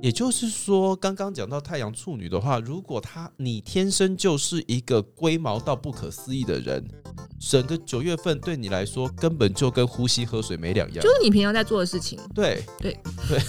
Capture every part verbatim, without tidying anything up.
也就是说刚刚讲到太阳处女的话，如果他你天生就是一个龟毛到不可思议的人，整个九月份对你来说根本就跟呼吸喝水没两样， 就是你平常在做的事情。 对对对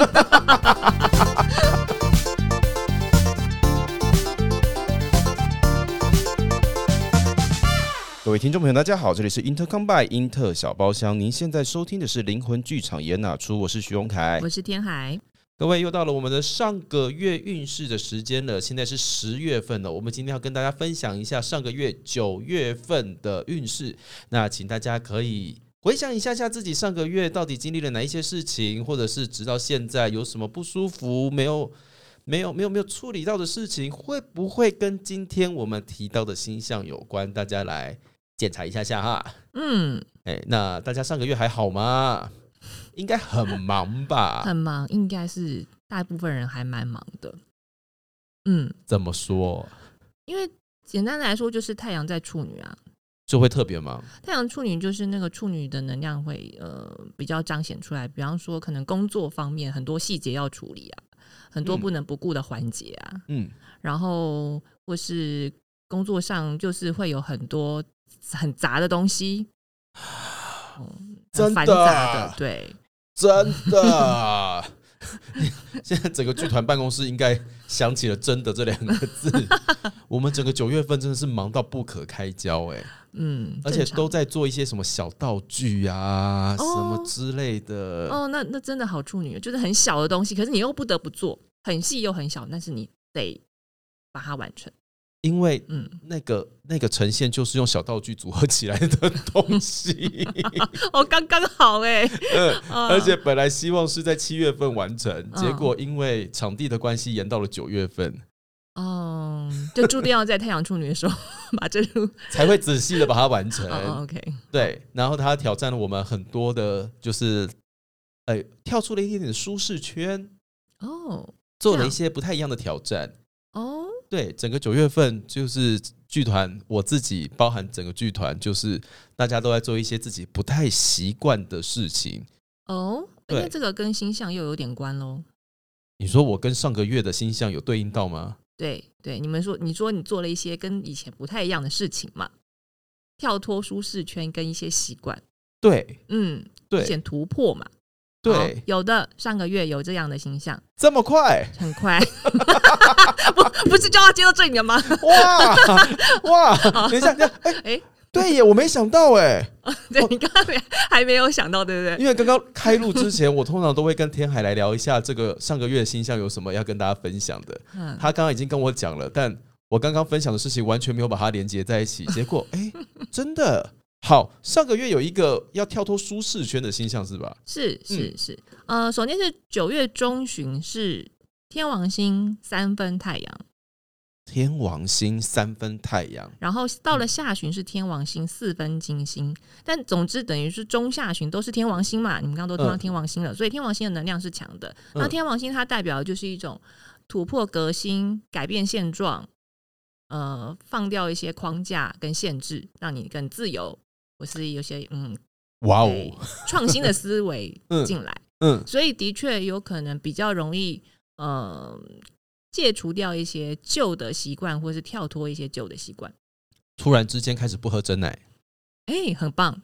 各位听众朋友大家好，这里是 Intercombine 英特小包厢，您现在收听的是灵魂剧场演哪出，我是徐荣凯， 我是天海。 各位又到了我们的上个月运势的时间了，现在是十月份了，我们今天要跟大家分享一下上个月九月份的运势。那请大家可以回想一下下自己上个月到底经历了哪一些事情，或者是直到现在有什么不舒服没有没有没有没有处理到的事情，会不会跟今天我们提到的星象有关？大家来检查一下下哈。嗯，哎，那大家上个月还好吗？应该很忙吧？ 很忙，应该是大部分人还蛮忙的。嗯， 怎么说？ 因为简单来说，就是太阳在处女啊， 就会特别忙。 太阳处女就是那个处女的能量会呃比较彰显出来，比方说可能工作方面很多细节要处理啊，很多不能不顾的环节啊，嗯，然后或是工作上就是会有很多很杂的东西，嗯，很繁杂的，对。 真的现在整个剧团办公室应该想起了真的这两个字我们整个九月份真的是忙到不可开交哎，嗯，而且都在做一些什么小道具啊、哦、什么之类的哦，那那真的好处女，就是很小的东西，可是你又不得不做，很细又很小，但是你得把它完成， 因为那个、嗯、那个呈现就是用小道具组合起来的东西哦，刚刚好哎、欸嗯，而且本来希望是在七月份完成、嗯、结果因为场地的关系延到了九月份， 哦，就注定要在太阳处女的时候把这路才会仔细的把它完成、 哦、OK， 对，然后他挑战了我们很多的就是呃，跳出了一点点舒适圈哦，做了一些不太一样的挑战哦，对，整个九月份就是剧团，我自己包含整个剧团，就是大家都在做一些自己不太习惯的事情哦。因为这个跟星象又有点关咯。 你说我跟上个月的星象有对应到吗？ 对对，你们说你说你做了一些跟以前不太一样的事情嘛，跳脱舒适圈跟一些习惯， 对， 嗯， 对， 以前突破嘛。 对， 有的上个月有这样的形象， 这么快， 很快不, 不是就要接到这里了吗？ 哇哇，等一下，哎、欸，对耶，我没想到哎， 对，你刚刚还没有想到，对不对？ 因为刚刚开录之前，我通常都会跟天海来聊一下这个上个月的星象有什么要跟大家分享的。嗯、他刚刚已经跟我讲了，但我刚刚分享的事情完全没有把它连接在一起，结果哎、欸，真的。好，上个月有一个要跳脱舒适圈的星象是吧？ 是是是，嗯、呃，首先是九月中旬是天王星三分太阳， 天王星三分太阳， 然后到了下旬是天王星四分金星，嗯、但总之等于是中下旬都是天王星嘛，你们刚刚都听到天王星了，嗯、所以天王星的能量是强的。嗯、那天王星它代表的就是一种突破革新、改变现状，呃，放掉一些框架跟限制，让你更自由。我是有些嗯， 哇哦， 创新的思维进来，嗯，嗯所以的确有可能比较容易呃戒除掉一些旧的习惯，或是跳脱一些旧的习惯。 突然之间开始不喝真奶， 哎、欸，很棒，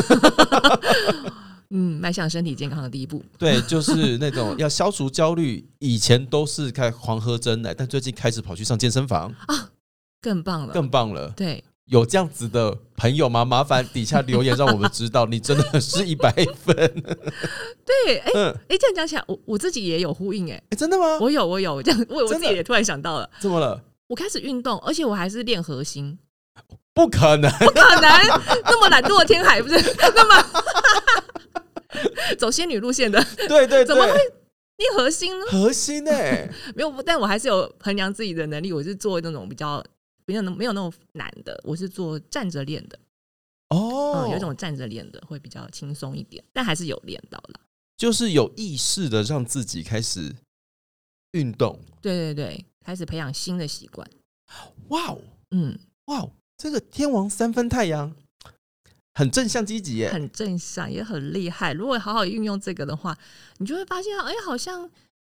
嗯，迈向身体健康的第一步。 对，就是那种要消除焦虑，以前都是开狂喝真奶，但最近开始跑去上健身房啊， 更棒了， 更棒了， 对。 有这样子的朋友吗？麻烦底下留言让我们知道你真的是一百分对，哎、欸嗯欸、这样讲起来 我, 我自己也有呼应哎、欸欸，真的吗？ 我有我有这样，我我自己也突然想到了， 怎么了？ 我开始运动，而且我还是练核心。 不可能， 不可能，那么懒惰的天海不是那么走仙女路线的， 对对对， 怎么会练核心呢？ 核心哎、欸， 没有，但我还是有衡量自己的能力，我是做那种比较。没有没有那种难的，我是做站着练的哦、嗯，有一种站着练的会比较轻松一点，但还是有练到啦， 就是有意识的让自己开始运动， 对对对，开始培养新的习惯。 哇哦，嗯，哇哦，这个天王三分太阳很正向积极耶， 很正向，也很厉害。如果好好运用这个的话，你就会发现，哎，好像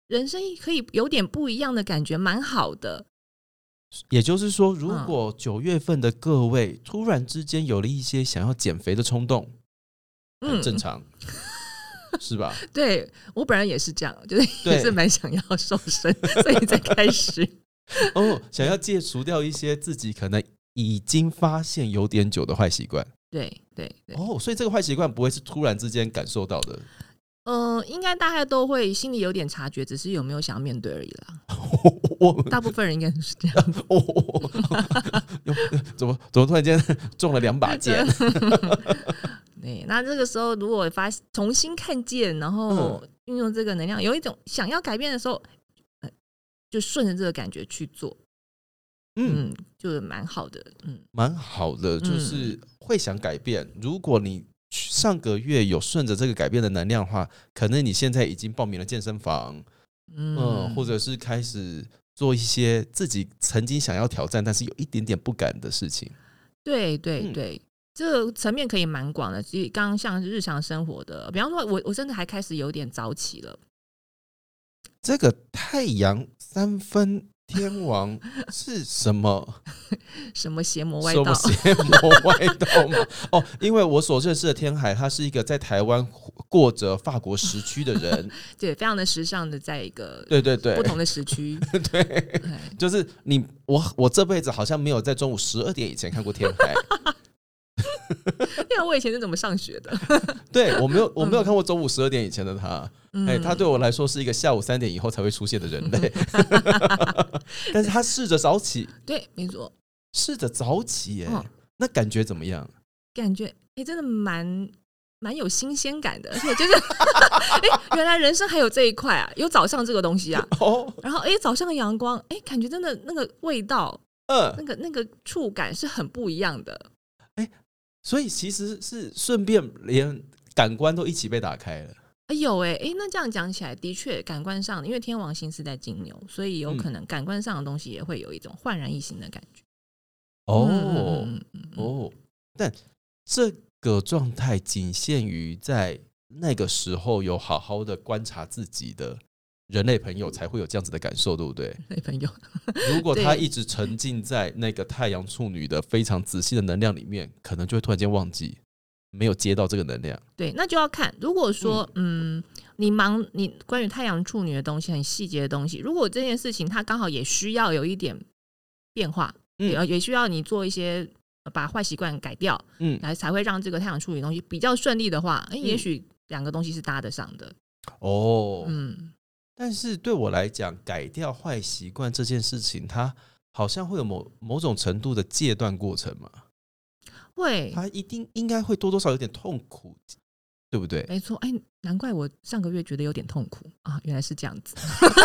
人生可以有点不一样的感觉，蛮好的。 也就是说，如果九月份的各位突然之间有了一些想要减肥的冲动，很正常。嗯是吧？ 对，我本人也是这样，就是也是蛮想要瘦身，所以才开始哦，想要戒除掉一些自己可能已经发现有点久的坏习惯。 对对对， 哦，所以这个坏习惯不会是突然之间感受到的。 呃，应该大概都会心里有点察觉，只是有没有想要面对而已啦。大部分人应该是这样子。 哦，怎么怎么突然间中了两把剑？ 对，那这个时候如果发重新看见，然后运用这个能量，有一种想要改变的时候，呃、就顺着这个感觉去做，嗯，嗯就蛮好的，嗯， 蛮好的，就是会想改变。嗯、如果你上个月有顺着这个改变的能量的话，可能你现在已经报名了健身房，嗯、呃，或者是开始做一些自己曾经想要挑战，但是有一点点不敢的事情。 对对对。嗯这个层面可以蛮广的，其实刚刚像日常生活的，比方说我我真的还开始有点早起了。 这个太阳三分天王是什么？ 什么邪魔歪道？ 什么邪魔歪道吗？哦，因为我所认识的天海，他是一个在台湾过着法国时区的人， 对，非常的时尚的，在一个对对对不同的时区， 对，就是你我我这辈子好像没有在中午十二点以前看过天海。 因为我以前是怎么上学的？ 对，我没有，我没有看过中午十二点以前的他。嗯欸、他对我来说是一个下午三点以后才会出现的人类。但是他试着早起， 对，没错， 试着早起耶、欸嗯，那感觉怎么样？ 感觉哎、欸，真的蛮蛮有新鲜感的，而且就是哎、欸，原来人生还有这一块啊，有早上这个东西啊。哦，然后哎、欸，早上的阳光，哎、欸，感觉真的那个味道，嗯，那个那个触感是很不一样的。 欸所以其实是顺便连感官都一起被打开了。 哎有哎、欸、那这样讲起来，的确感官上，因为天王星是在金牛，所以有可能感官上的东西也会有一种焕然一新的感觉。 哦、嗯嗯、哦，但这个状态仅限于在那个时候有好好的观察自己的人类朋友才会有这样子的感受，对不对？ 人类朋友， 如果他一直沉浸在那个太阳处女的非常仔细的能量里面，可能就会突然间忘记，没有接到这个能量。 对，那就要看。如果说，嗯，嗯你忙，你关于太阳处女的东西，很细节的东西，如果这件事情它刚好也需要有一点变化，嗯，也也需要你做一些把坏习惯改掉，嗯，来才会让这个太阳处女的东西比较顺利的话，欸、也许两个东西是搭得上的。 哦，嗯。但是对我来讲，改掉坏习惯这件事情，它好像会有某某种程度的戒断过程嘛？ 会， 它一定应该会多多少有点痛苦，对不对？ 没错，哎，难怪我上个月觉得有点痛苦啊，原来是这样子。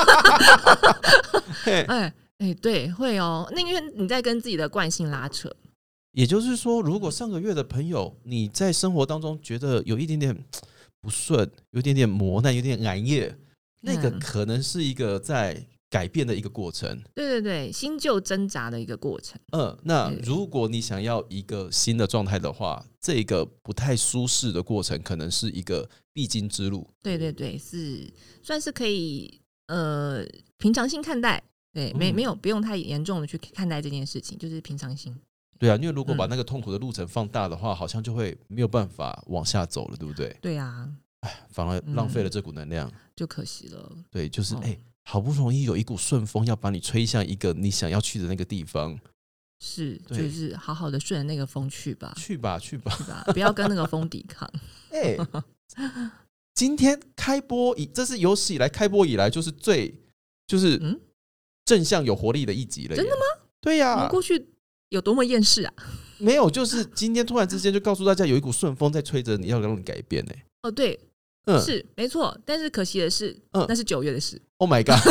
哎哎，对，会哦，那因为你在跟自己的惯性拉扯。 也就是说，如果上个月的朋友你在生活当中觉得有一点点不顺，有一点点磨难，有点熬夜。那个可能是一个在改变的一个过程， 对对对，新旧挣扎的一个过程。 嗯，那如果你想要一个新的状态的话，这个不太舒适的过程，可能是一个必经之路。 对对对，是算是可以呃平常心看待，对，没没有不用太严重的去看待这件事情，就是平常心。 对啊，因为如果把那个痛苦的路程放大的话，嗯、好像就会没有办法往下走了，对不对？ 对啊。 反而浪费了这股能量，嗯、 就可惜了。 对，就是哎、哦欸，好不容易有一股顺风要把你吹向一个你想要去的那个地方， 是，就是好好的顺着那个风去吧， 去吧，去吧， 去吧，不要跟那个风抵抗。 哎、欸，今天开播以，这是有史以来开播以来就是最就是正向有活力的一集了。 真的吗？ 对呀、啊， 我们过去有多么厌世啊？ 没有，就是今天突然之间就告诉大家有一股顺风在吹着你，要让你改变呢、欸。 哦，对。嗯、是没错，但是可惜的是，嗯、那是九月的事。 Oh my god！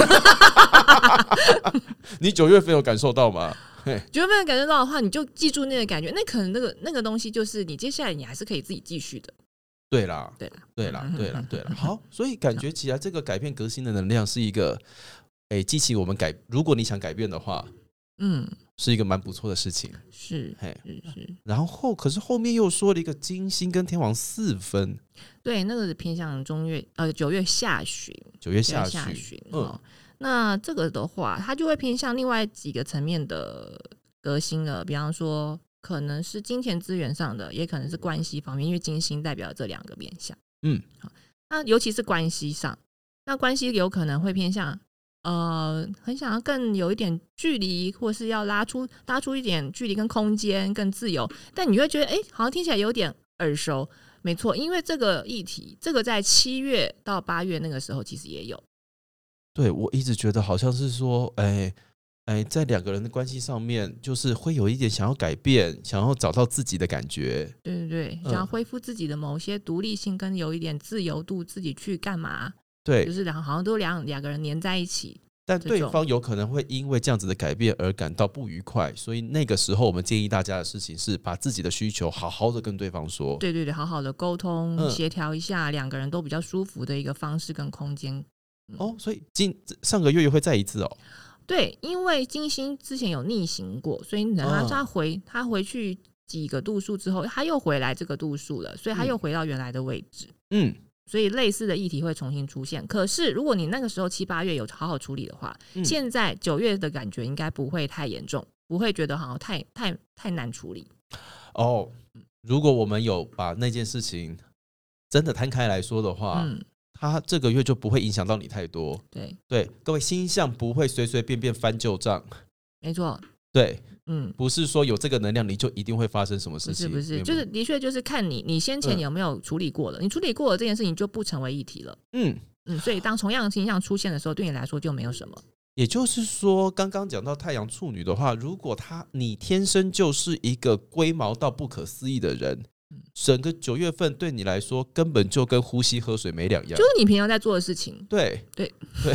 你九月份有感受到吗？ 九月份感受到的话，你就记住那个感觉，那可能那个那个东西就是你接下来你还是可以自己继续的。 对啦， 对啦， 对啦，对啦，对啦。好，所以感觉起来这个改变革新的能量是一个，哎、欸，激起我们改。如果你想改变的话，嗯，是一个蛮不错的事情。 是，是是。 然后，可是后面又说了一个金星跟天王四分。 对，那个是偏向中月呃九月下旬， 九月下旬， 旬， 旬嗯、 哦，那这个的话，它就会偏向另外几个层面的革新了，比方说可能是金钱资源上的，也可能是关系方面，因为金星代表这两个面向。 嗯， 好，那尤其是关系上，那关系有可能会偏向呃，很想要更有一点距离，或是要拉出拉出一点距离跟空间，更自由。但你会觉得，哎、欸，好像听起来有点耳熟。没错，因为这个议题，这个在七月到八月那个时候其实也有。 对，我一直觉得好像是说，哎、欸、哎、欸，在两个人的关系上面，就是会有一点想要改变，想要找到自己的感觉。 对对对，想要恢复自己的某些独立性，跟有一点自由度，自己去干嘛？ 对， 就是两好像都两两个人黏在一起。 但对方有可能会因为这样子的改变而感到不愉快，所以那个时候我们建议大家的事情是把自己的需求好好的跟对方说。 对对对，好好的沟通协调、嗯、一下，两个人都比较舒服的一个方式跟空间、 嗯。哦，所以今上个月又会再一次哦。 对，因为金星之前有逆行过，所以等他他回、哦、他回去几个度数之后，他又回来这个度数了，所以他又回到原来的位置。嗯。所以类似的议题会重新出现，可是如果你那个时候七八月有好好处理的话，嗯、现在九月的感觉应该不会太严重，不会觉得好像太太太难处理。 哦，如果我们有把那件事情真的摊开来说的话，嗯，它这个月就不会影响到你太多。 对对，各位星象不会随随便便翻旧账。 没错。 对，嗯，不是说有这个能量你就一定会发生什么事情， 不是不是，就是的确就是看你你先前有没有处理过了、嗯、你处理过了这件事情就不成为议题了。嗯嗯，所以当同样的形象出现的时候，对你来说就没有什么。 也就是说，刚刚讲到太阳处女的话，如果他你天生就是一个龟毛到不可思议的人，整个九月份对你来说根本就跟呼吸喝水没两样， 就是你平常在做的事情。 对对对。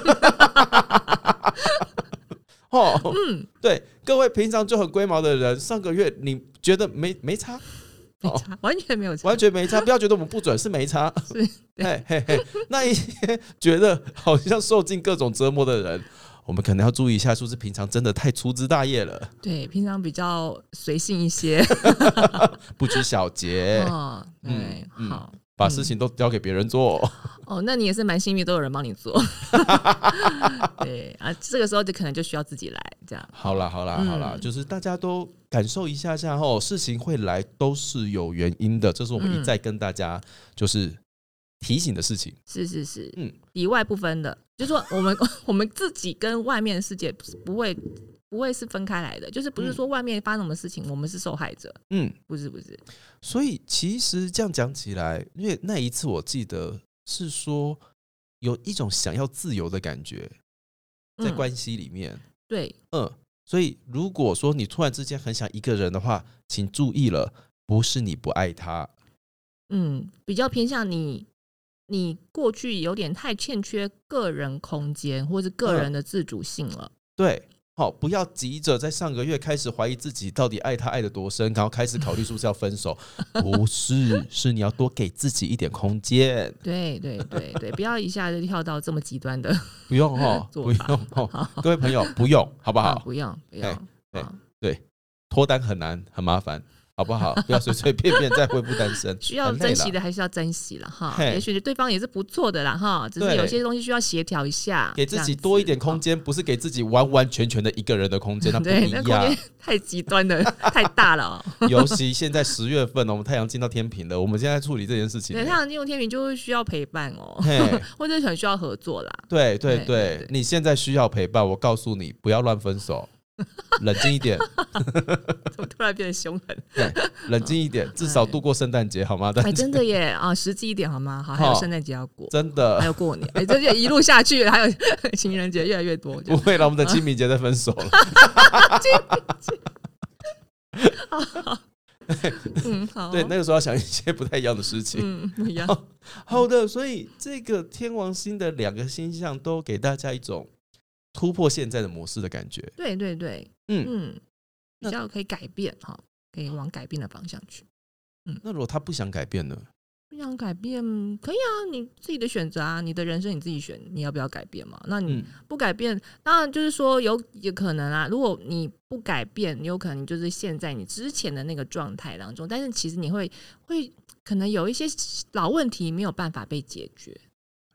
哦，嗯，对，各位平常就很龟毛的人，上个月你觉得没没差？ 没差，完全没有差， 完全没差。不要觉得我们不准，是没差。 是， 嘿嘿嘿。那一些觉得好像受尽各种折磨的人，我们可能要注意一下，是不是平常真的太粗枝大叶了？ 对，平常比较随性一些， 不拘小节。 哦，对，嗯、好。 把事情都交给别人做、嗯、 哦，那你也是蛮幸运，都有人帮你做。对啊，这个时候就可能就需要自己来这样。 好啦好啦、嗯、好啦，就是大家都感受一下下后，事情会来都是有原因的，这是我们一再跟大家就是提醒的事情。 是是是，嗯，里外不分的，就是说我们我们自己跟外面的世界不会。不会是分开来的，就是不是说外面发生什么事情、嗯、我们是受害者，嗯，不是不是。 所以其实这样讲起来，因为那一次我记得是说有一种想要自由的感觉在关系里面、嗯、 对， 嗯，所以如果说你突然之间很想一个人的话，请注意了，不是你不爱他， 嗯，比较偏向你你过去有点太欠缺个人空间或是个人的自主性了、嗯、 对，好，不要急着在上个月开始怀疑自己到底爱他爱得多深，然后开始考虑是不是要分手。不是，是你要多给自己一点空间。 对对对对，不要一下就跳到这么极端的。 不用哈，不用哈，各位朋友不用，好不好？ 不用不用。 对对，脱单很难，很麻烦。好不好？不要随随便便再恢复单身。 需要珍惜的还是要珍惜了哈。也许对方也是不错的啦哈，只是有些东西需要协调一下， 给自己多一点空间，不是给自己完完全全的一个人的空间，那不一样。 太极端了，太大了、 哦。尤其现在十月份，我们太阳进到天秤了，我们现在处理这件事情。 对，太阳进入天秤就会需要陪伴哦，或者很需要合作啦。 对对 对, 对, 对，你现在需要陪伴，我告诉你，不要乱分手。冷静一点。 怎么突然变得凶狠？ 对，冷静一点，至少度过圣诞节好吗？ 哎，真的耶啊，实际一点好吗？好，还有圣诞节要过， 真的， 还有过年，哎，这就一路下去，还有情人节越来越多。 不会了，我们的清明节再分手了。 清明节，好好，嗯，好， 对，那个时候要想一些不太一样的事情， 嗯，不一样。 好, 好的，所以这个天王星的两个星象都给大家一种突破现在的模式的感觉。 对对对，嗯嗯，比较可以改变哈，可以往改变的方向去。 嗯，那如果他不想改变呢？ 不想改变可以啊，你自己的选择啊，你的人生你自己选，你要不要改变嘛？那你不改变，嗯、当然就是说有有可能啊。如果你不改变，有可能你就是陷在你之前的那个状态当中，但是其实你会会可能有一些老问题没有办法被解决。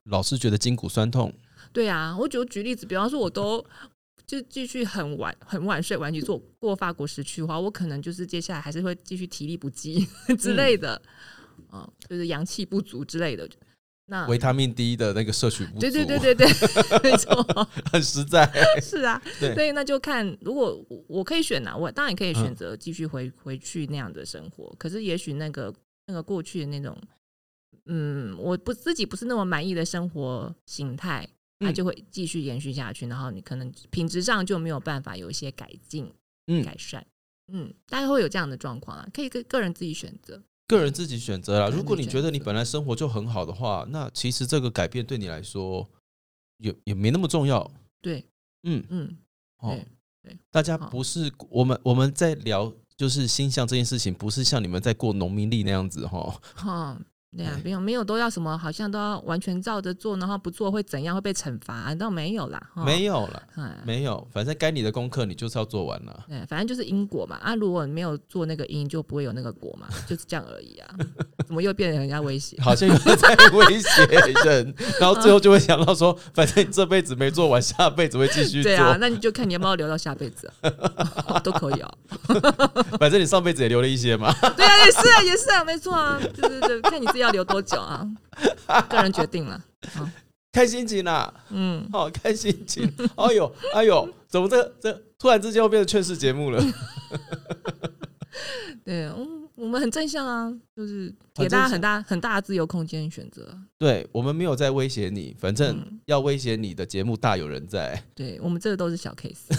老是觉得筋骨酸痛。 对啊，我就举例子，比方说我都就继续很晚很晚睡晚起做过法国时区的话，我可能就是接下来还是会继续体力不济之类的，嗯、呃，就是阳气不足之类的。那维他命 D 的那个摄取不足， 对对对对对，没错， 很实在。 是啊，所以那就看，如果我可以选啊，我当然可以选择继续回、嗯、回去那样的生活，可是也许那个那个过去的那种，嗯，我不自己不是那么满意的生活形态，它就会继续延续下去，然后你可能品质上就没有办法有一些改进、嗯、改善，嗯，大概会有这样的状况啊，可以个个人自己选择。 个人自己选择啦。如果你觉得你本来生活就很好的话，那其实这个改变对你来说也也没那么重要。 对， 嗯嗯， 哦， 对对， 大家不是我们我们在聊就是星象这件事情，不是像你们在过农民历那样子哈。 哈，对啊，没有没有都要什么，好像都要完全照着做，然后不做会怎样，会被惩罚？倒没有啦， 没有啦，没有，反正该你的功课你就是要做完了。 对，反正就是因果嘛。啊，如果你没有做那个因，就不会有那个果嘛，就是这样而已啊。怎么又变成人家威胁？ 好像有人在威胁人，然后最后就会想到说，反正你这辈子没做完，下辈子会继续做。 对啊，那你就看你要不要留到下辈子、啊，都可以啊。 反正你上辈子也留了一些嘛。 对啊，也是啊，也是啊，没错啊，对对对，看你自己要留多久啊，个人决定了。 看心情啦， 嗯， 好、哦、看心情。哎呦哎呦，怎么这这突然之间又变成劝世节目了？ 对，嗯，我们很正向啊，就是给大家很大很大的自由空间选择。 对，我们没有在威胁你，反正要威胁你的节目大有人在。 对，我们这个都是小 case。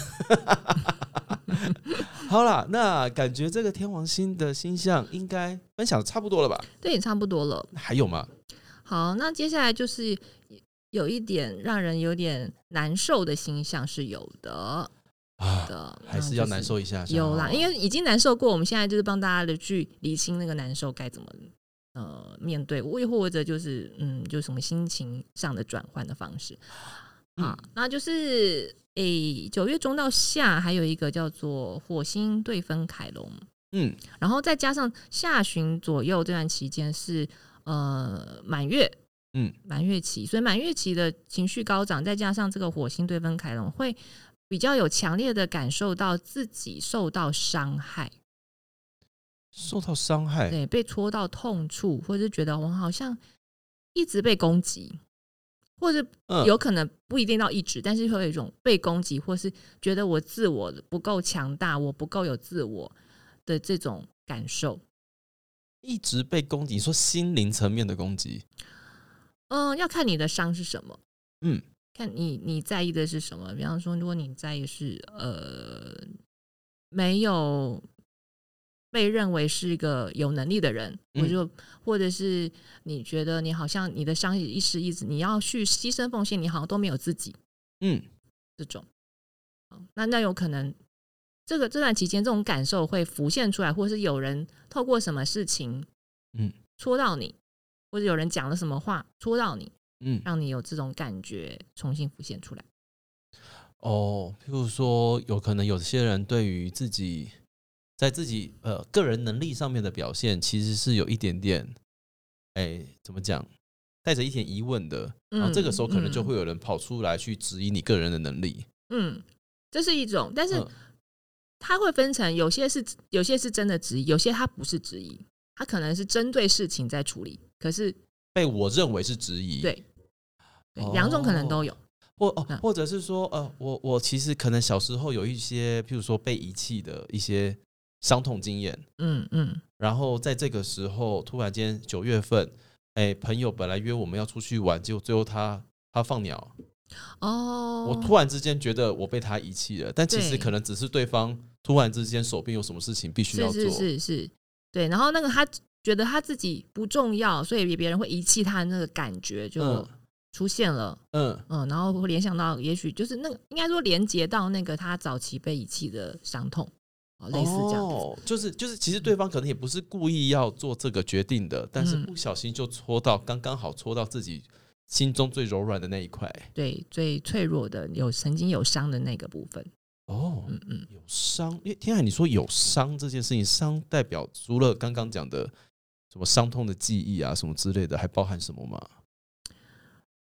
好啦，那感觉这个天王星的星象应该分享的差不多了吧？ 对，也差不多了。 还有吗？ 好，那接下来就是有一点让人有点难受的星象是有的。 啊，还是要难受一下。 有啦，因为已经难受过，我们现在就是帮大家的去理清那个难受该怎么呃面对，又或者就是嗯，就什么心情上的转换的方式。啊、嗯，那就是诶，九月中到下还有一个叫做火星对分凯龙，嗯，然后再加上下旬左右这段期间是呃满月，嗯，满月期，所以满月期的情绪高涨，再加上这个火星对分凯龙会。比较有强烈的感受到自己受到伤害， 受到伤害， 对，被戳到痛处，或者是觉得我好像一直被攻击，或者有可能不一定到一直，嗯、但是会有一种被攻击，或是觉得我自我不够强大，我不够有自我的这种感受。 一直被攻击，你说心灵层面的攻击？ 嗯，要看你的伤是什么。嗯。看你你在意的是什么？比方说，如果你在意是呃没有被认为是一个有能力的人，嗯、或者或者是你觉得你好像你的伤一时一直你要去牺牲奉献，你好像都没有自己，嗯，这种，那那有可能这个这段期间这种感受会浮现出来，或是有人透过什么事情，嗯，戳到你，或者有人讲了什么话戳到你。嗯，让你有这种感觉重新浮现出来。 哦，譬如说，有可能有些人对于自己在自己呃个人能力上面的表现，其实是有一点点，哎，怎么讲，带着一点疑问的。然后这个时候可能就会有人跑出来去质疑你个人的能力。嗯， 这是一种，但是它会分成有些是有些是真的质疑，有些它不是质疑，它可能是针对事情在处理，可是被我认为是质疑。 对。两种可能都有， 或哦，或者是说，呃，我我其实可能小时候有一些，譬如说被遗弃的一些伤痛经验，嗯嗯，然后在这个时候，突然间九月份，哎，朋友本来约我们要出去玩，结果最后他他放鸟，哦，我突然之间觉得我被他遗弃了，但其实可能只是对方突然之间手边有什么事情必须要做， 是是是是，对，然后那个他觉得他自己不重要，所以别人会遗弃他的那个感觉就。嗯出现了，嗯嗯，然后会联想到，也许就是那个，应该说连接到那个他早期被遗弃的伤痛，哦，类似这样子， 哦、就是就是，其实对方可能也不是故意要做这个决定的，嗯、但是不小心就戳到，刚刚好戳到自己心中最柔软的那一块， 对，最脆弱的，有曾经有伤的那个部分。 哦，嗯嗯，有伤，因为天海你说有伤这件事情，伤代表除了刚刚讲的什么伤痛的记忆啊，什么之类的，还包含什么吗？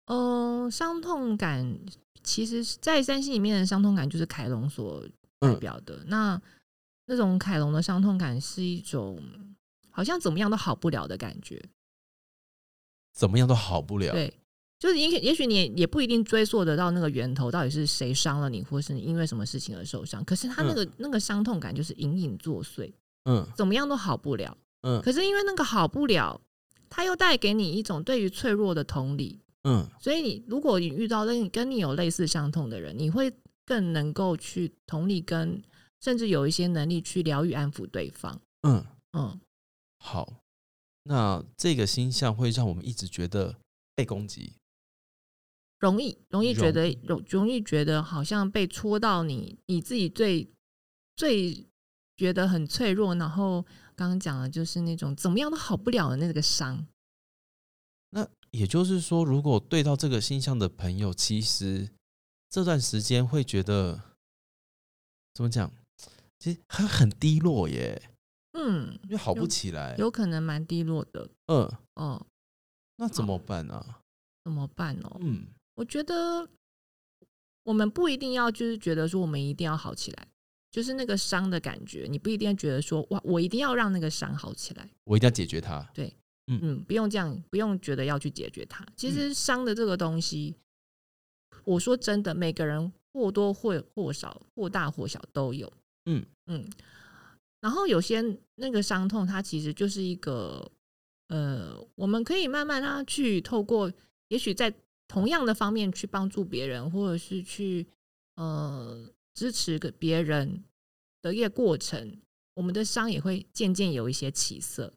嗯，伤痛感其实在占星里面的伤痛感就是凯龙所代表的、嗯、那那种凯龙的伤痛感是一种好像怎么样都好不了的感觉， 怎么样都好不了。 对，就是也也许你 也, 也不一定追溯得到那个源头到底是谁伤了你，或是你因为什么事情而受伤，可是他那个、嗯、那个伤痛感就是隐隐作祟，嗯，怎么样都好不了，嗯，可是因为那个好不了，它又带给你一种对于脆弱的同理，嗯，所以你如果你遇到跟你有类似伤痛的人，你会更能够去同理，跟甚至有一些能力去疗愈安抚对方。嗯嗯，好，那这个星象会让我们一直觉得被攻击， 容易容易觉得容容易觉得好像被戳到你你自己最最觉得很脆弱，然后刚刚讲的就是那种怎么样都好不了的那个伤。 那也就是说，如果对到这个星象的朋友，其实这段时间会觉得怎么讲，其实他很低落耶，嗯，因为好不起来， 有, 有可能蛮低落的，嗯哦， 那怎么办啊？ 怎么办哦？嗯，我觉得我们不一定要就是觉得说我们一定要好起来，就是那个伤的感觉，你不一定要觉得说哇，我一定要让那个伤好起来， 我一定要解决它。 对。嗯, 嗯，不用这样，不用觉得要去解决它。其实伤的这个东西、嗯，我说真的，每个人或多或或少、或大或小都有。嗯嗯，然后有些那个伤痛，它其实就是一个，呃，我们可以慢慢让它去透过，也许在同样的方面去帮助别人，或者是去呃支持个别人的一个过程，我们的伤也会渐渐有一些起色。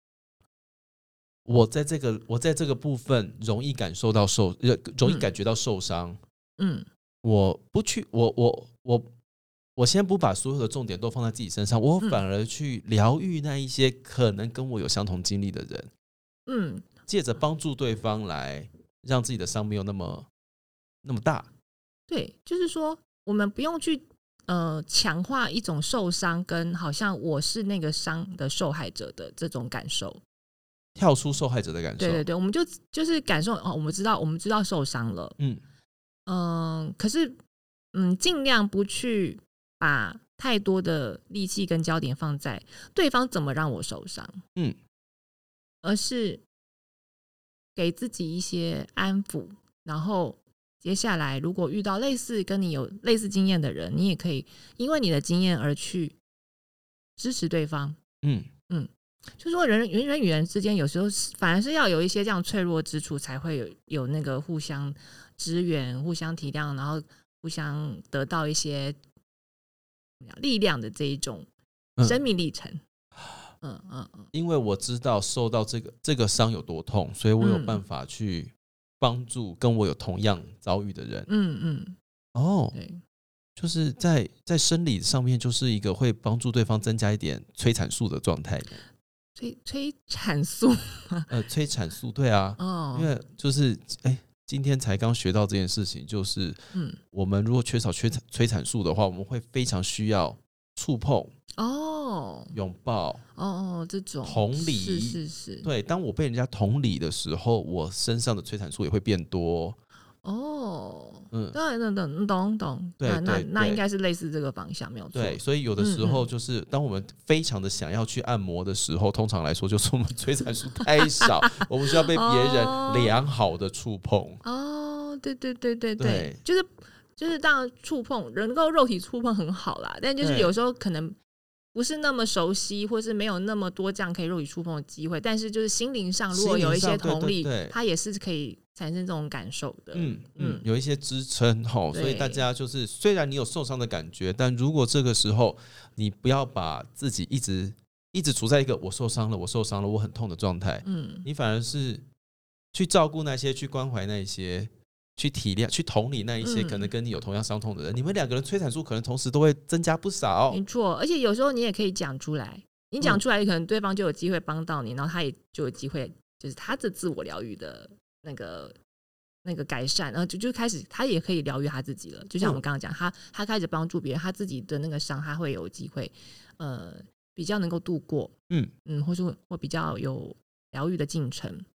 我在这个我在这个部分容易感受到受容易感觉到受伤，嗯，我不去我我我我先不把所有的重点都放在自己身上，我反而去疗愈那一些可能跟我有相同经历的人，嗯，借着帮助对方来让自己的伤没有那么那么大。 对，就是说我们不用去呃强化一种受伤跟好像我是那个伤的受害者的这种感受。 跳出受害者的感受， 对对对，我们就就是感受哦，我们知道我们知道受伤了，嗯嗯、呃，可是嗯，尽量不去把太多的力气跟焦点放在对方怎么让我受伤，嗯，而是给自己一些安抚，然后接下来如果遇到类似跟你有类似经验的人，你也可以因为你的经验而去支持对方，嗯嗯。就是说人人人与人之间有时候反而是要有一些这样脆弱之处，才会有有那个互相支援、互相体谅，然后互相得到一些力量的这一种生命历程。嗯嗯嗯， 因为我知道受到这个这个伤有多痛，所以我有办法去帮助跟我有同样遭遇的人。嗯嗯，哦，对，就是在在生理上面就是一个会帮助对方增加一点催产素的状态。 催催产素呃，催产素，对啊，哦，因为就是哎，今天才刚学到这件事情，就是嗯，我们如果缺少催产催产素的话，我们会非常需要触碰哦，拥抱哦哦，这种同理， 是是是， 对，当我被人家同理的时候，我身上的催产素也会变多。 哦，嗯，对，懂懂懂懂， 对， 那那那应该是类似这个方向，没有错。 对，所以有的时候就是，当我们非常的想要去按摩的时候，通常来说就是我们催产素太少，我们需要被别人良好的触碰。 哦，对对对对对，就是就是当然触碰能够肉体触碰很好啦，但就是有时候可能不是那么熟悉，或是没有那么多这样可以肉体触碰的机会，但是就是心灵上如果有一些同理，它也是可以产生这种感受的。嗯嗯，有一些支撑吼，所以大家就是虽然你有受伤的感觉，但如果这个时候你不要把自己一直一直处在一个我受伤了我受伤了我很痛的状态，嗯，你反而是去照顾那些，去关怀那些，去体谅去同理那一些可能跟你有同样伤痛的人，嗯，你们两个人催产素可能同时都会增加不少。 没错，而且有时候你也可以讲出来，你讲出来可能对方就有机会帮到你，然后他也就有机会就是他的自我疗愈的那个那个改善，然后就就开始他也可以疗愈他自己了。就像我们刚刚讲，他他开始帮助别人，他自己的那个伤他会有机会呃比较能够度过，嗯嗯，或是或比较有疗愈的进程。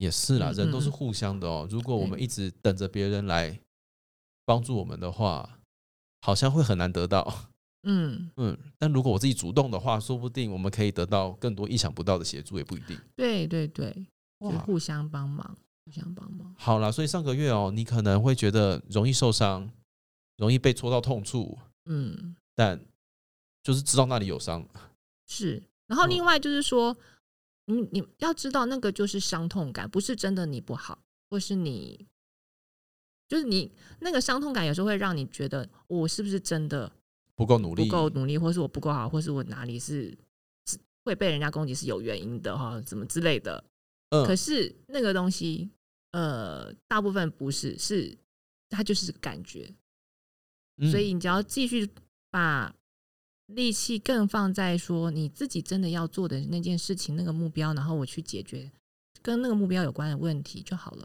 也是啦， 嗯人都是互相的哦。如果我们一直等着别人来帮助我们的话，好像会很难得到。 嗯嗯，但如果我自己主动的话，说不定我们可以得到更多意想不到的协助，也不一定。 对对对，就哇， 互相帮忙，互相帮忙。 好啦，所以上个月哦，你可能会觉得容易受伤，容易被戳到痛处， 嗯， 但就是知道那里有伤。 是。然后嗯另外就是说，你你要知道那个就是伤痛感，不是真的你不好，或是你就是你那个伤痛感有时候会让你觉得我是不是真的不够努不力， 够努力，或是我不够好，或是我哪里是会被人家攻击是有原因的哈，怎么之类的。 嗯， 可是那个东西，呃，大部分不是，是它就是个感觉。 嗯所以你只要继续把力气更放在说你自己真的要做的那件事情、那个目标，然后我去解决跟那个目标有关的问题就好了。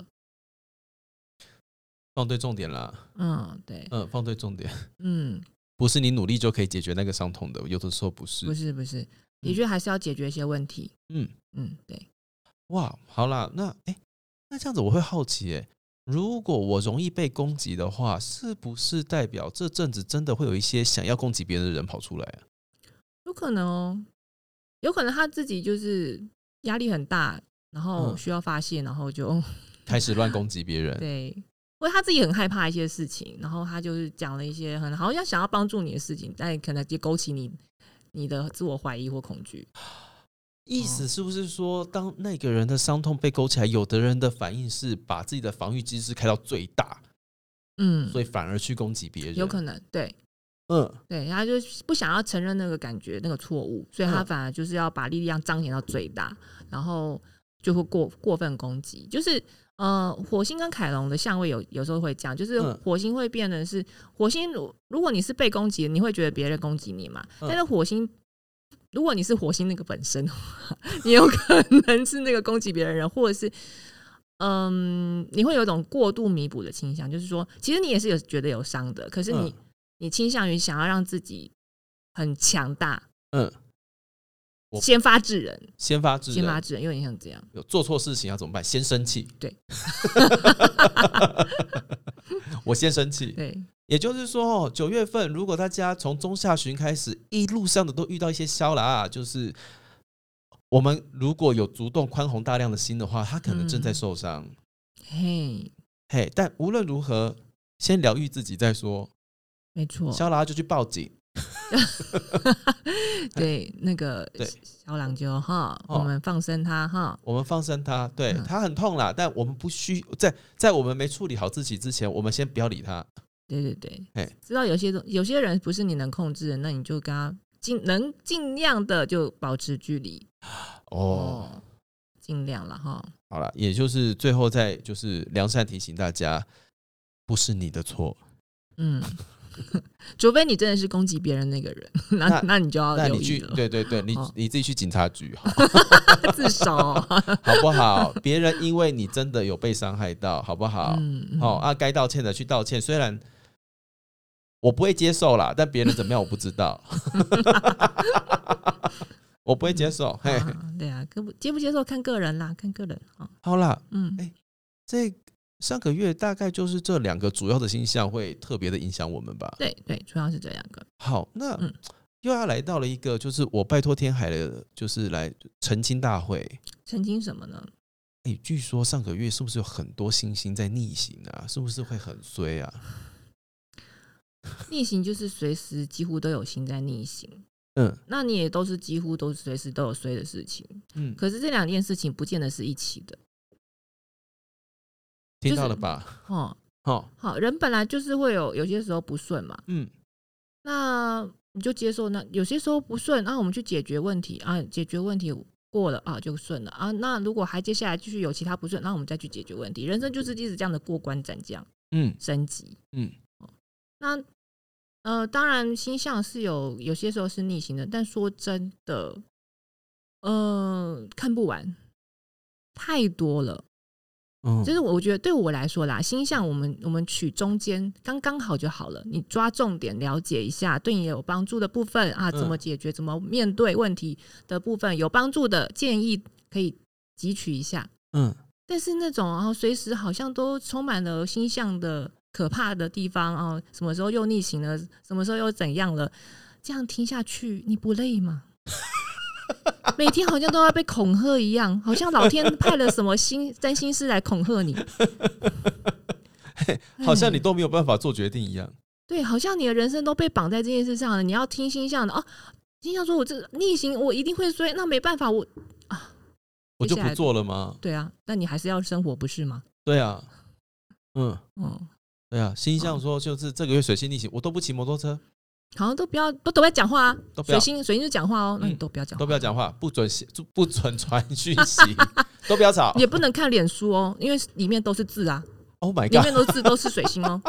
放对重点啦。 嗯，对， 嗯，放对重点， 嗯， 不是你努力就可以解决那个伤痛的，有的时候不是。 不是不是，的确还是要解决一些问题。 嗯， 嗯，对， 哇，好啦，那哎、欸那这样子我会好奇、欸，如果我容易被攻击的话，是不是代表这阵子真的会有一些想要攻击别人的人跑出来啊？ 有可能哦，有可能他自己就是压力很大，然后嗯需要发泄，然后就开始乱攻击别人。 对，或者他自己很害怕一些事情，然后他就是讲了一些很好像想要帮助你的事情，但可能就勾起你你的自我怀疑或恐惧。 意思是不是说，当那个人的伤痛被勾起来，有的人的反应是把自己的防御机制开到最大， 嗯， 所以反而去攻击别人？ 有可能，对嗯， 对，他就不想要承认那个感觉那个错误，所以他嗯反而就是要把力量彰显到最大，然后就会过过分攻击。就是呃，火星跟凯龙的相位有有时候会这样，就是嗯火星会变成是火星，如果你是被攻击的，你会觉得别人攻击你嘛？ 嗯但是火星，如果你是火星那个本身的话，你有可能是那个攻击别人的人，或者是嗯，你会有一种过度弥补的倾向，就是说，其实你也是有觉得有伤的，可是你、 嗯你倾向于想要让自己很强大， 嗯，我先发制人， 先发制人， 先发制人，有点像这样。 有做错事情要怎么办？先生气。 对， 我先生气。 对， 也就是说，哦，九月份如果大家从中下旬开始，一路上的都遇到一些消啦，就是我们如果有足动宽宏大量的心的话，他可能正在受伤。 嘿， 嘿，但无论如何，先疗愈自己再说。 没错， 消啦就去报警。 对，那个对小狼就哈， 哦我们放生他哈， 我们放生他，对、 嗯他很痛啦，但我们不需在在我们没处理好自己之前，我们先不要理他。 对对对嘿， 知道有些有些人不是你能控制的，那你就跟他尽能尽量的就保持距离哦， 尽量了哈。 好了，也就是最后再就是良善提醒大家，不是你的错。 嗯，除非你真的是攻击别人那个人，那那那你就要那你去， 留意了， 对对对，你、 哦你自己去警察局好自首哦。 好不好？别人因为你真的有被伤害到，好不好？ 嗯嗯好、啊，该道歉的去道歉，虽然我不会接受啦，但别人怎么样我不知道，我不会接受。嘿， 啊对啊，可不接不接受看个人啦，看个人啊。 好啦， 嗯， 哎这上个月大概就是这两个主要的星象会特别的影响我们吧。 对对，主要是这两个。 好，那、 嗯又要来到了一个，就是我拜托天海的，就是来澄清大会。 澄清什么呢？ 哎，据说上个月是不是有很多星星在逆行啊？是不是会很衰啊？ 逆行就是随时几乎都有星在逆行， 嗯那你也都是几乎都是随时都有衰的事情。 嗯， 可是这两件事情不见得是一起的。 听到了吧？ 哦， 哦， 好，人本来就是会有有些时候不顺嘛， 嗯那你就接受。那有些时候不顺，那、啊、我们去解决问题啊，解决问题过了啊就顺了啊。那如果还接下来继续有其他不顺，那我们再去解决问题。人生就是一直这样的过关斩将嗯升级。 嗯那呃，当然星象是有有些时候是逆行的，但说真的，呃，看不完，太多了。 嗯， 就是我觉得对我来说啦，星象我们我们取中间刚刚好就好了。你抓重点了解一下，对你有帮助的部分啊，怎么解决、怎么面对问题的部分，有帮助的建议可以汲取一下。 嗯但是那种然后随时好像都充满了星象的可怕的地方哦，什么时候又逆行了，什么时候又怎样了，这样听下去你不累吗？每天好像都要被恐吓一样，好像老天派了什么星占星师来恐吓你好像你都没有办法做决定一样。 对，好像你的人生都被绑在这件事上了，你要听星象的哦，星象说我这逆行我一定会衰，那没办法，我啊， 我就不做了吗？ 对啊，那你还是要生活不是吗？ 对啊，嗯嗯， 对啊，星象说就是这个月水星逆行，我都不骑摩托车， 好像都不要都都不要讲话啊， 都不要水星水星就讲话哦，那你都不要讲话， 都不要讲话，不准不准传讯息，都不要吵， 也不能看脸书哦，因为里面都是字啊。 Oh my god， 里面都是字都是水星哦。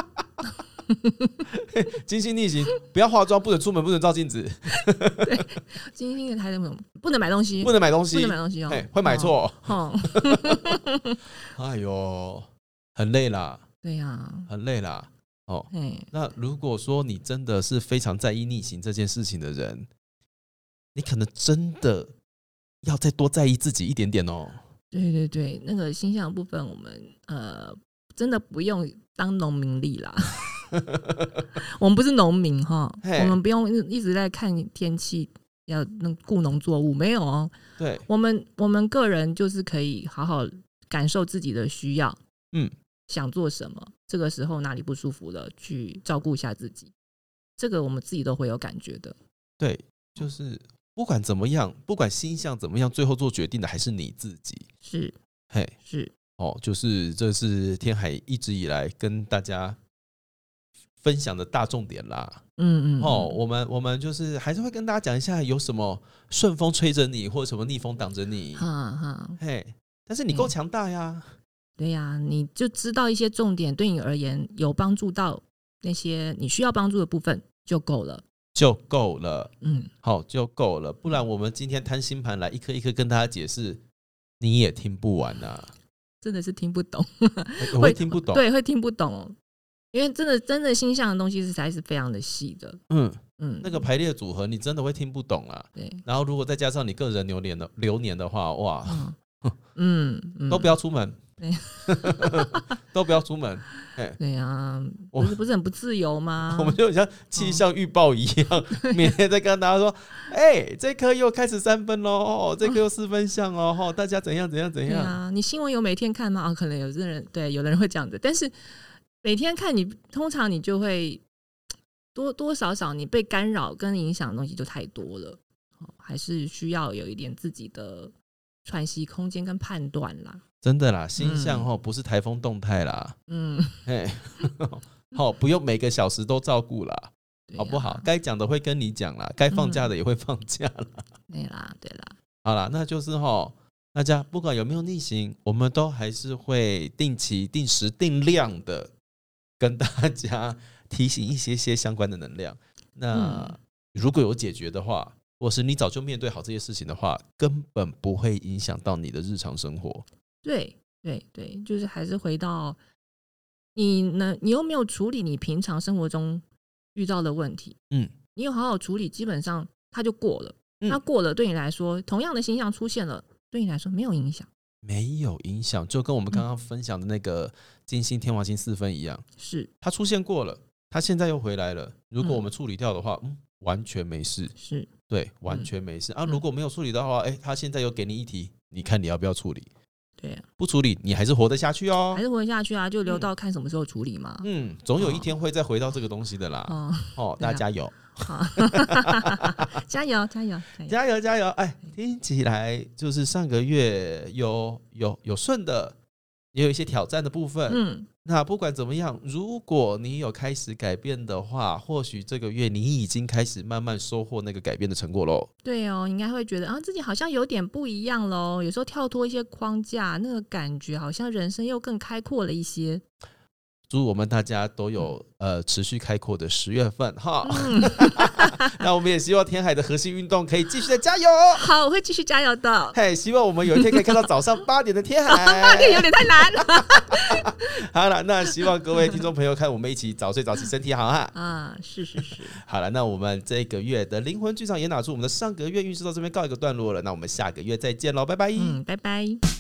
金星逆行，不要化妆，不能出门，不能照镜子。 对，金星的台的不能买东西， 不能买东西， 不能买东西哦， 会买错。 哦， 哎呦，很累啦。 对呀、啊， 很累啦。哦，那如果说你真的是非常在意逆行这件事情的人，你可能真的要再多在意自己一点点哦。 对对对，那个星象的部分，我们呃真的不用当农民力啦。我们不是农民哈，我们不用一直在看天气，要顾农作物，没有哦。 对， 我们我们个人就是可以好好感受自己的需要， 嗯， 想做什么，这个时候哪里不舒服了，去照顾一下自己，这个我们自己都会有感觉的。 对，就是不管怎么样，不管星象怎么样，最后做决定的还是你自己。 是， 嘿， 是。 哦，就是这是天海一直以来跟大家分享的大重点啦。 嗯嗯， 哦，我们我们就是还是会跟大家讲一下，有什么顺风吹着你，或者什么逆风挡着你。 哈哈， 嘿，但是你够强大呀。 对呀，你就知道一些重点，对你而言有帮助到那些你需要帮助的部分就够了。 就够了， 嗯， 好，就够了。不然我们今天摊星盘来一颗一颗跟大家解释，你也听不完啊。 真的是听不懂， 我会听不懂， 对，会听不懂，因为真的真的星象的东西实在是非常的细的， 嗯嗯， 那个排列组合你真的会听不懂啊。 对， 然后如果再加上你个人流年的流年的话，哇， 嗯嗯， 都不要出门， 对， 都不要出门。 对啊，我们不是很不自由吗？ 我们就很像气象预报一样，每天在跟大家说：“哎、欸，这颗又开始三分喽，这颗又四分相哦，大家怎样怎样怎样。”对啊，你新闻有每天看吗？啊，可能有的人对，有的人会这样子，但是每天看你，通常你就会多多少少你被干扰跟影响的东西就太多了，还是需要有一点自己的喘息空间跟判断啦。 真的啦，星象齁、嗯、不是台风动态啦，嗯，嘿，好，不用每个小时都照顾啦，啊、好不好？该讲的会跟你讲啦，该放假的也会放假啦。 对啦，对啦， 好啦，那就是齁，大家不管有没有逆行，我们都还是会定期、定时、定量的跟大家提醒一些些相关的能量。那如果有解决的话，或是你早就面对好这些事情的话，根本不会影响到你的日常生活。对对对，就是还是回到你呢，你有没有处理你平常生活中遇到的问题？嗯，你有好好处理，基本上它就过了。嗯、那过了，对你来说，同样的形象出现了，对你来说没有影响， 没有影响，就跟我们刚刚分享的那个金星、天王星四分一样， 是它出现过了，它现在又回来了。如果我们处理掉的话，嗯，完全没事， 是对，完全没事、嗯、啊。如果没有处理到的话，哎、欸，它现在又给你一题，你看你要不要处理？ 对、啊， 不处理你还是活得下去哦， 还是活得下去啊，就留到看什么时候处理嘛。 嗯，总有一天会再回到这个东西的啦。哦，哦大家加油！ 好，加油加油加油加油！哎，听起来就是上个月有有有顺的，也有一些挑战的部分。嗯，那不管怎么样，如果你有开始改变的话，或许这个月你已经开始慢慢收获那个改变的成果喽。 对哦，应该会觉得啊，自己好像有点不一样喽。有时候跳脱一些框架，那个感觉好像人生又更开阔了一些。 祝我们大家都有呃持续开阔的十月份哈。嗯、那我们也希望天海的核心运动可以继续的加油。 好，我会继续加油的。 嘿，希望我们有一天可以看到早上八点的天海。 八点有点太难了。 好了，那希望各位听众朋友看我们一起早睡早起，身体好哈。 啊，是是是。 好了，那我们这个月的灵魂剧场也拿出我们的上个月运势到这边告一个段落了。那我们下个月再见喽，拜拜。 嗯，拜拜。